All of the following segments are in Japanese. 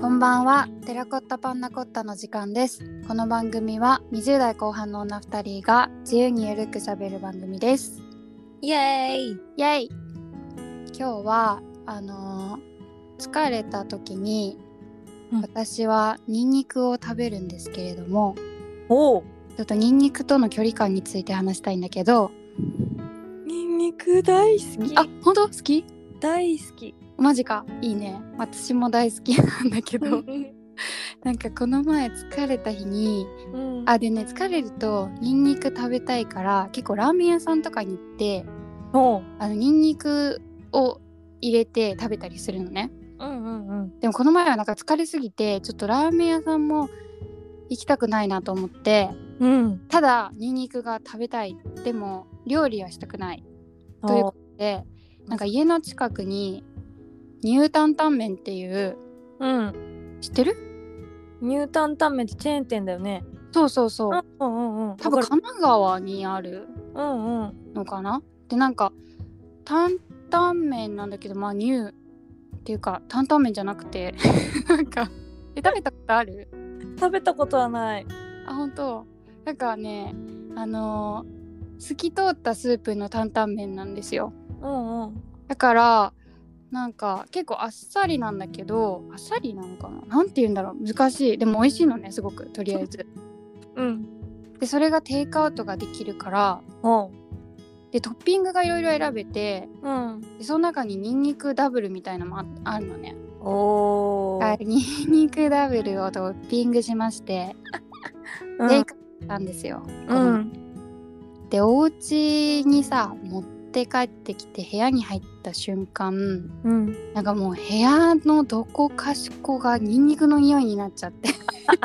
こんばんは。テラコッタパンナコッタの時間です。この番組は20代後半の女2人が自由にゆるく喋る番組です。 イエーイイエイ。今日は疲れた時に、私はニンニクを食べるんですけれども、ちょっとニンニクとの距離感について話したいんだけど。 ニンニク大好き。 あ、本当？好き？ 大好き。 マジか。いいね。私も大好きなんだけどなんかこの前疲れた日に、でね、疲れるとニンニク食べたいから結構ラーメン屋さんとかに行ってニンニクを入れて食べたりするのね。でもこの前はなんか疲れすぎてちょっとラーメン屋さんも行きたくないなと思って、ただニンニクが食べたい、でも料理はしたくないということで、なんか家の近くにニュータンタンメンっていう、知ってる？ ニュータンタンメンってチェーン店だよね。 そうそうそう、多分神奈川にあるのかな。でなんか担々麺なんだけど、まあニューっていうか担々麺じゃなくてなんか食べたことある？ 食べたことはない。 あ、本当？なんかね、透き通ったスープの担々麺なんですよ。だからなんか結構あっさりなんだけど、あっさりなのかな、なんて言うんだろう、難しい。でも美味しいのね、すごく。とりあえずでそれがテイクアウトができるから、でトッピングがいろいろ選べて、でその中にニンニクダブルみたいなのも あるのね。ニンニクダブルをトッピングしましてテイクアウトしたんですよ。でお家にさ持って帰ってきて部屋に入った瞬間、なんかもう部屋のどこかしこがニンニクの匂いになっちゃって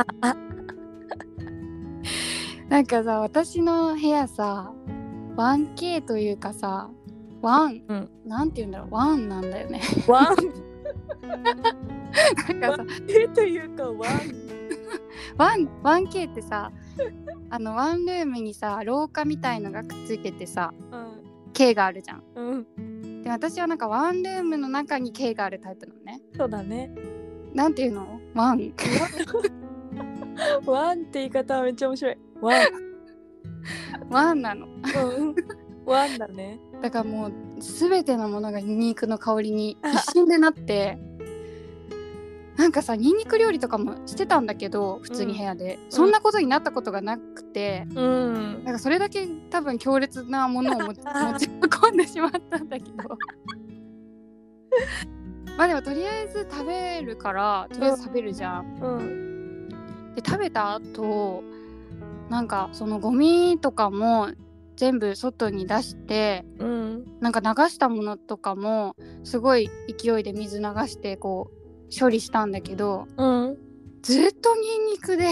なんかさ、私の部屋さ 1K というかさ、なんて言うんだろう、ワンなんだよねなんかさというか 1K ってさワンルームにさ廊下みたいのがくっついててさ、K があるじゃん。で私はなんかワンルームの中に K があるタイプなのね。 そうだね。 なんていうの？ワンワンって言い方はめっちゃ面白い。 ワンなのワンだね。 だからもう全てのものがニンニクの香りに一瞬でなってなんかさ、ニンニク料理とかもしてたんだけど普通に部屋で、そんなことになったことがなくて、なんかそれだけ多分強烈なものを持ち運んでしまったんだけどまあでもとりあえず食べるからとりあえず食べるじゃん、で食べた後なんかそのゴミとかも全部外に出して、なんか流したものとかもすごい勢いで水流してこう処理したんだけど、ずっとニンニクで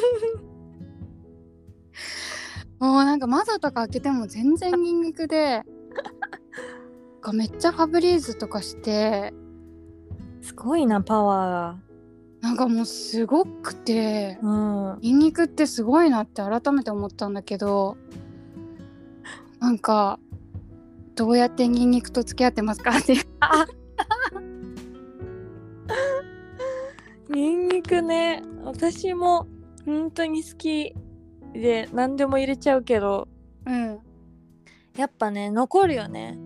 もうなんか窓とか開けても全然ニンニクでめっちゃファブリーズとかして、 すごいなパワーが。 なんかもうすごくて、ニンニクってすごいなって改めて思ったんだけど、なんかどうやってニンニクと付き合ってますかってニンニクね、私も本当に好きで何でも入れちゃうけど、やっぱね残るよね。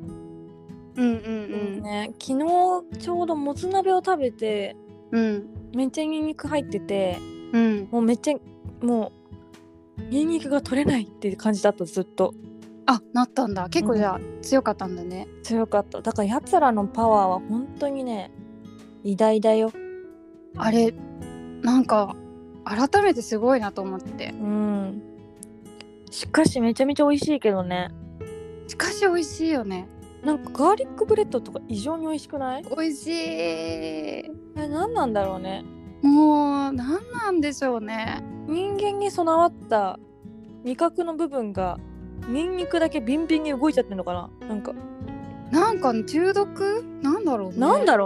ね、昨日ちょうどもつ鍋を食べて、めっちゃニンニク入ってて、もうめっちゃもうニンニクが取れないって感じだった、ずっと。 なったんだ。結構じゃあ、強かったんだね。 強かった。だからやつらのパワーは本当にね偉大だよ。 あれなんか改めてすごいなと思って。 しかしめちゃめちゃ美味しいけどね。 しかし美味しいよね。 なんかガーリックブレッドとか異常に美味しくない？ 美味しい。 何なんだろうね。 もう何なんでしょうね。 人間に備わった味覚の部分がニンニクだけビンビンに動いちゃってんのかな。 なんか中毒なんだろうね。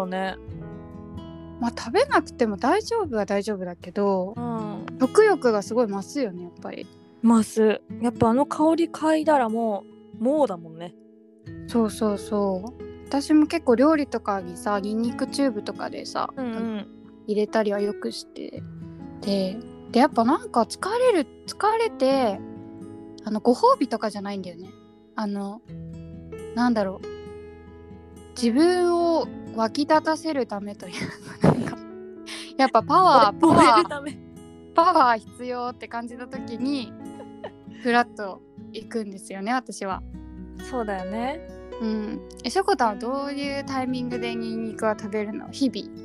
まあ食べなくても大丈夫は大丈夫だけど、食欲がすごい増すよね、やっぱり。 増す。やっぱあの香り嗅いだらもうだもんね。 そうそうそう。私も結構料理とかにさニンニクチューブとかでさ、 入れたりはよくしてでやっぱなんか疲れてご褒美とかじゃないんだよね。なんだろう、自分を湧き立たせるためというかなんかやっぱパワー必要って感じた時にフラッと行くんですよね、私は。 そうだよね。 しょこたんはどういうタイミングでニンニクは食べるの？日々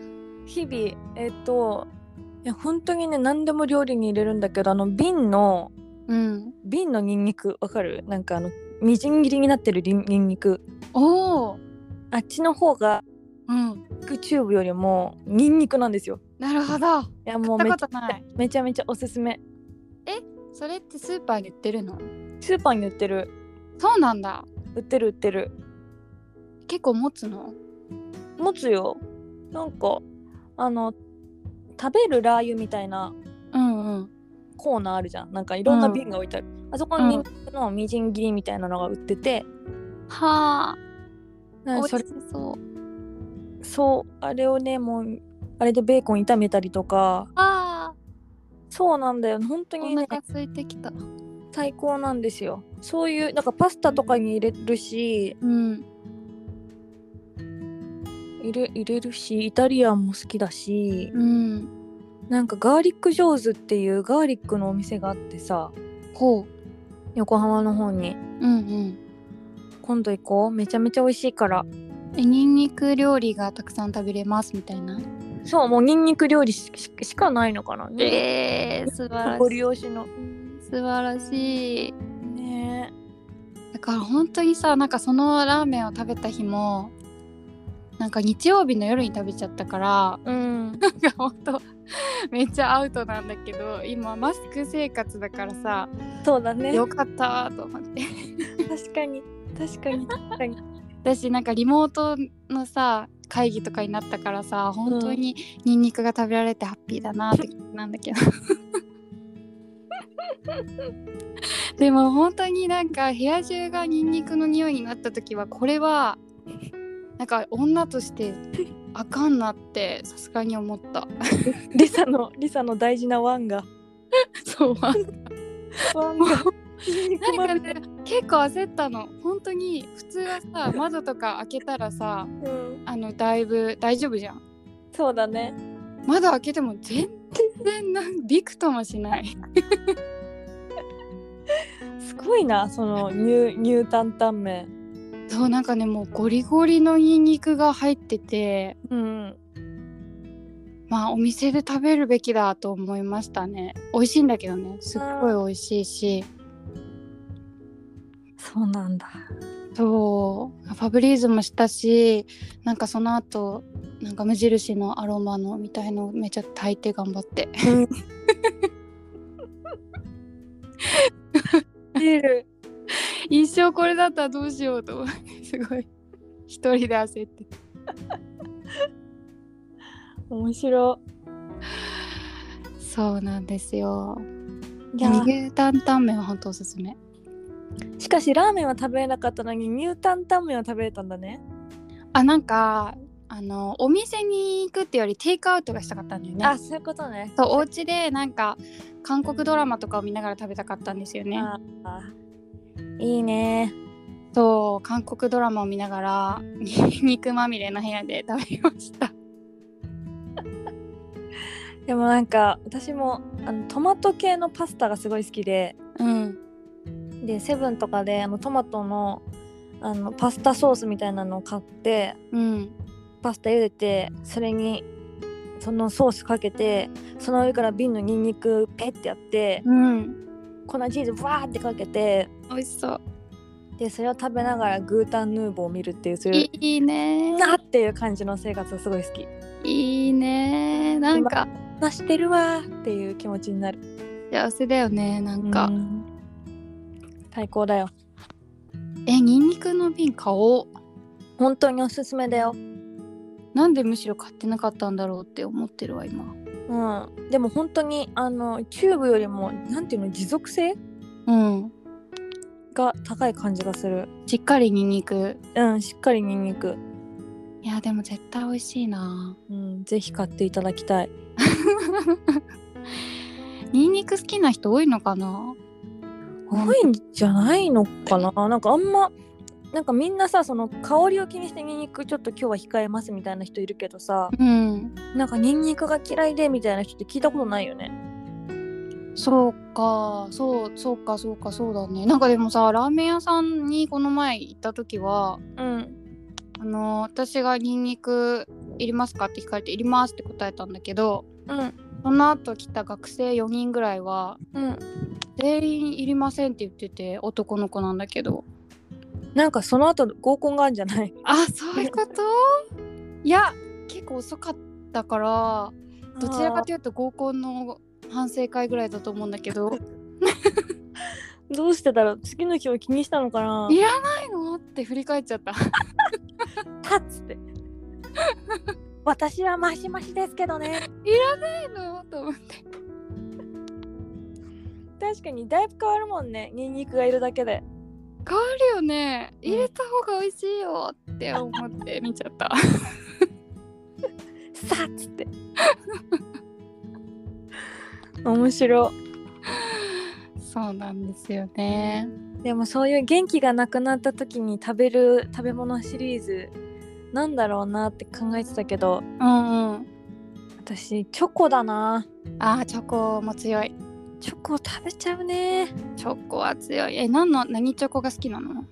いや本当にね、何でも料理に入れるんだけど、瓶のニンニクわかる？なんかみじん切りになってるニンニク。あっちの方がチューブよりもニンニクなんですよ。 なるほど。いやもうめちゃめちゃおすすめ。 それってスーパーに売ってるの？ スーパーに売ってる。 そうなんだ。 売ってる。 結構持つの？ 持つよ。なんか食べるラー油みたいなコーナーあるじゃん。なんかいろんな瓶が置いてある。あそこにニンニクのみじん切りみたいなのが売ってて。 はあ。美味しそう。 そう、あれをね、もうあれでベーコン炒めたりとか。そうなんだよ、本当にね。 お腹空いてきた。 最高なんですよ。そういうなんかパスタとかに入れるし、入れるし、イタリアンも好きだし、なんかガーリックジョーズっていうガーリックのお店があってさ、横浜の方に、今度行こう。めちゃめちゃ美味しいから。 ニンニク料理がたくさん食べれますみたいな。 そう、もうニンニク料理 しかないのかな。 素晴らしい。 ご利用しの。 素晴らしいね。 だから本当にさ、なんかそのラーメンを食べた日もなんか日曜日の夜に食べちゃったから、なんかほんとめっちゃアウトなんだけど、今マスク生活だからさ。 そうだね。 よかったと思って確かに私なんかリモートのさ会議とかになったからさ、本当にニンニクが食べられてハッピーだなってなんだけどでも本当になんか部屋中がニンニクの匂いになった時は、これはなんか女としてあかんなってさすがに思ったリサの大事なワンがそうワンがなんかね、結構焦ったの。本当に普通はさ窓とか開けたらさ、だいぶ大丈夫じゃん。 そうだね。 窓開けても全然びくともしないすごいな、その乳担々麺。 そう、なんかね、もうゴリゴリのニンニクが入ってて、まあお店で食べるべきだと思いましたね。美味しいんだけどね、すっごい美味しいし。 そうなんだ。 そうファブリーズもしたし、なんかその後なんか無印のアロマのみたいのめっちゃ炊いて頑張って一生これだったらどうしようと思ってすごい一人で焦って面白い。そうなんですよ。牛担々麺は本当おすすめ。 しかしラーメンは食べれなかったのに乳担々麺は食べれたんだね。 なんかお店に行くってよりテイクアウトがしたかったんだよね。 そういうことね。 そう、お家でなんか韓国ドラマとかを見ながら食べたかったんですよね。 いいね。 そう、韓国ドラマを見ながら肉まみれの部屋で食べましたでもなんか私もトマト系のパスタがすごい好きで、でセブンとかでトマトのパスタソースみたいなのを買って、パスタ茹でて、それにそのソースかけて、その上から瓶のニンニクペッてやって、粉チーズバーってかけて、 美味しそうでそれを食べながらグータンヌーボーを見るっていう、そういういいねなっていう感じの生活がすごい好き。 いいね、なんか今してるわっていう気持ちになる。 幸せだよね、なんか最高だよ。 ニンニクの瓶買おう。 本当におすすめだよ。 なんでむしろ買ってなかったんだろうって思ってるわ今。 でも本当にチューブよりもなんていうの、持続性が高い感じがする。 しっかりニンニク。 しっかりニンニク。 いやでも絶対美味しいな。 ぜひ買っていただきたい。 ニンニク好きな人多いのかな。 多いんじゃないのかな。なんかあんまなんかみんなさ、その香りを気にしてニンニクちょっと今日は控えますみたいな人いるけどさ、なんかニンニクが嫌いでみたいな人って聞いたことないよね。 そうかそうだね。なんかでもさ、ラーメン屋さんにこの前行った時は、私がニンニクいりますかって聞かれていりますって答えたんだけど、その後来た学生4人ぐらいは、全員いりませんって言ってて、男の子なんだけど。 なんかその後合コンがあるんじゃない？ あ、そういうこと？いや結構遅かったからどちらかというと合コンの反省会ぐらいだと思うんだけどどうしてだろう。次の日を気にしたのかな。 いらないのって振り返っちゃった立つって私はマシマシですけどね。 いらないのと思って。 確かにだいぶ変わるもんね、ニンニクがいるだけで。 変わるよね。入れた方が美味しいよって思って見ちゃったさっつって面白。 そうなんですよね。 でもそういう元気がなくなった時に食べる食べ物シリーズなんだろうなって考えてたけど、私チョコだな。 あ、チョコも強い。 チョコ食べちゃうね。 チョコは強い。何チョコが好きなの？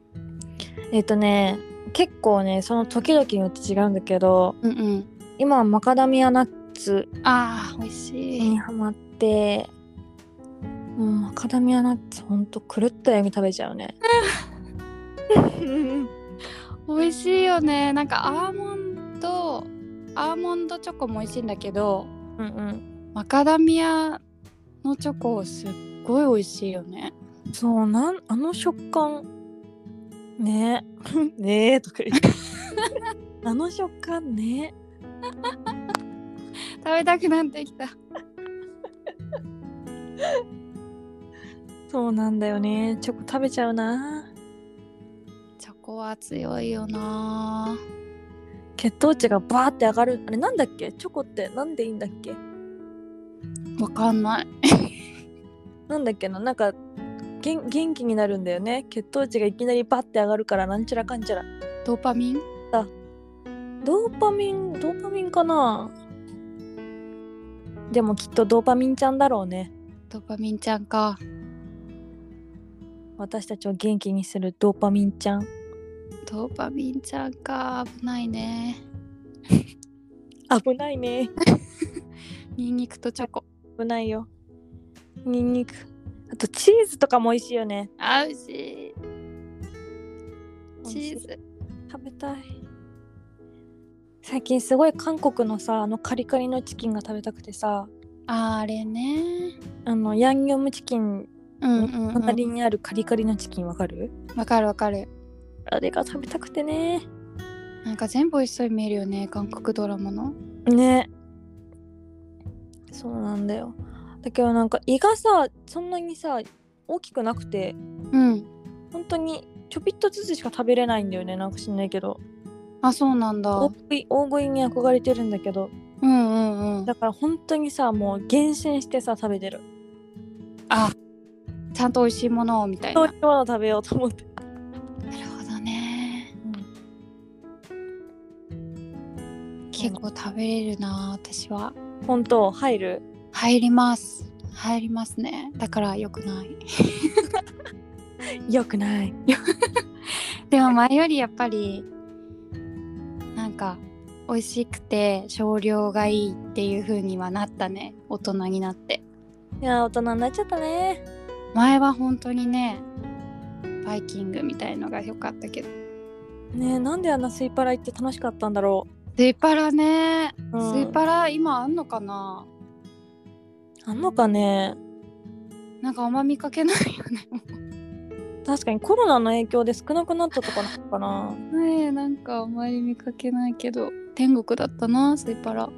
結構ね、その時々によって違うんだけど、今はマカダミアナッツ美味しいにハマって、マカダミアナッツほんと狂ったように食べちゃうね美味しいよね。なんかアーモンドチョコも美味しいんだけど、マカダミアのチョコすっごい美味しいよね。 そう、あの食感ねねえとか言ってあの食感ね食べたくなってきたそうなんだよね。チョコ食べちゃうな。 チョコは強いよな。 血糖値がバーって上がる。あれなんだっけ？チョコってなんでいいんだっけ？ わかんないなんだっけな。なんか元気になるんだよね。血糖値がいきなりバッて上がるからなんちゃらかんちゃら。 ドーパミンかな。でもきっとドーパミンちゃんだろうね。 ドーパミンちゃんか。 私たちを元気にするドーパミンちゃん。 ドーパミンちゃんか。危ないね危ないねニンニクとチョコ危ないよ。ニンニク、あとチーズとかも美味しいよね。 美味しい。チーズ食べたい。最近すごい韓国のさ、カリカリのチキンが食べたくてさ。 あれね。 ヤンニョムチキンの隣にあるカリカリのチキンわかる？ わかる。 あれが食べたくてね。 なんか全部美味しそうに見えるよね、韓国ドラマの。 ね。そうなんだよ。だけどなんか胃がさ、そんなにさ大きくなくて、本当にちょびっとずつしか食べれないんだよね。なんか知んないけど。 あ、そうなんだ。 大食いに憧れてるんだけど、だから本当にさ、もう厳選してさ食べてる。 ちゃんと美味しいものをみたいな。 そういうものを食べようと思って。 なるほどね、結構食べれるな私は。 本当？入りますね。だから良くない良くないでも前よりやっぱりなんか美味しくて少量がいいっていう風にはなったね、大人になって。 いや、大人になっちゃったね。 前は本当にね、バイキングみたいのが良かったけどね。なんであんなスイパラ行って楽しかったんだろう。スイパラね、スイパラ今あんのかな。 あんのかね。 なんかあんま見かけないよね確かにコロナの影響で少なくなったとかなのかなねえ、なんかあんまり見かけないけど天国だったなスイパラ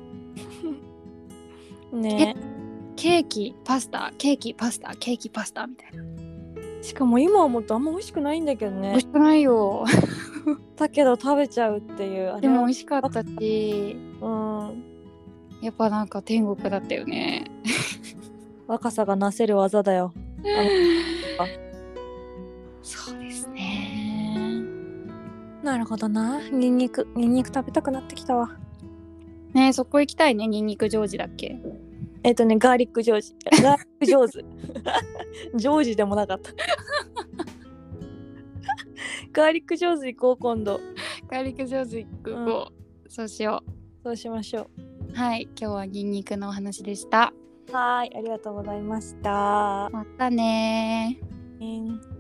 ね。 ケーキパスタみたいな。 しかも今思うとあんま美味しくないんだけどね。 美味しくないよ。 だけど食べちゃうっていう。 でも美味しかったし、やっぱなんか天国だったよね。 若さがなせる技だよ。 そうですね。 なるほどな。ニンニク食べたくなってきたわ。 ね、そこ行きたいね。ニンニクジョージだっけ？ ガーリックジョージ。ガーリックジョーズ。ジョージでもなかった。ガーリックジョーズ行こう今度。 ガーリックジョーズ行こう。そうしよう。 そうしましょう。はい、今日はニンニクのお話でした。 はい、ありがとうございました。 またねー。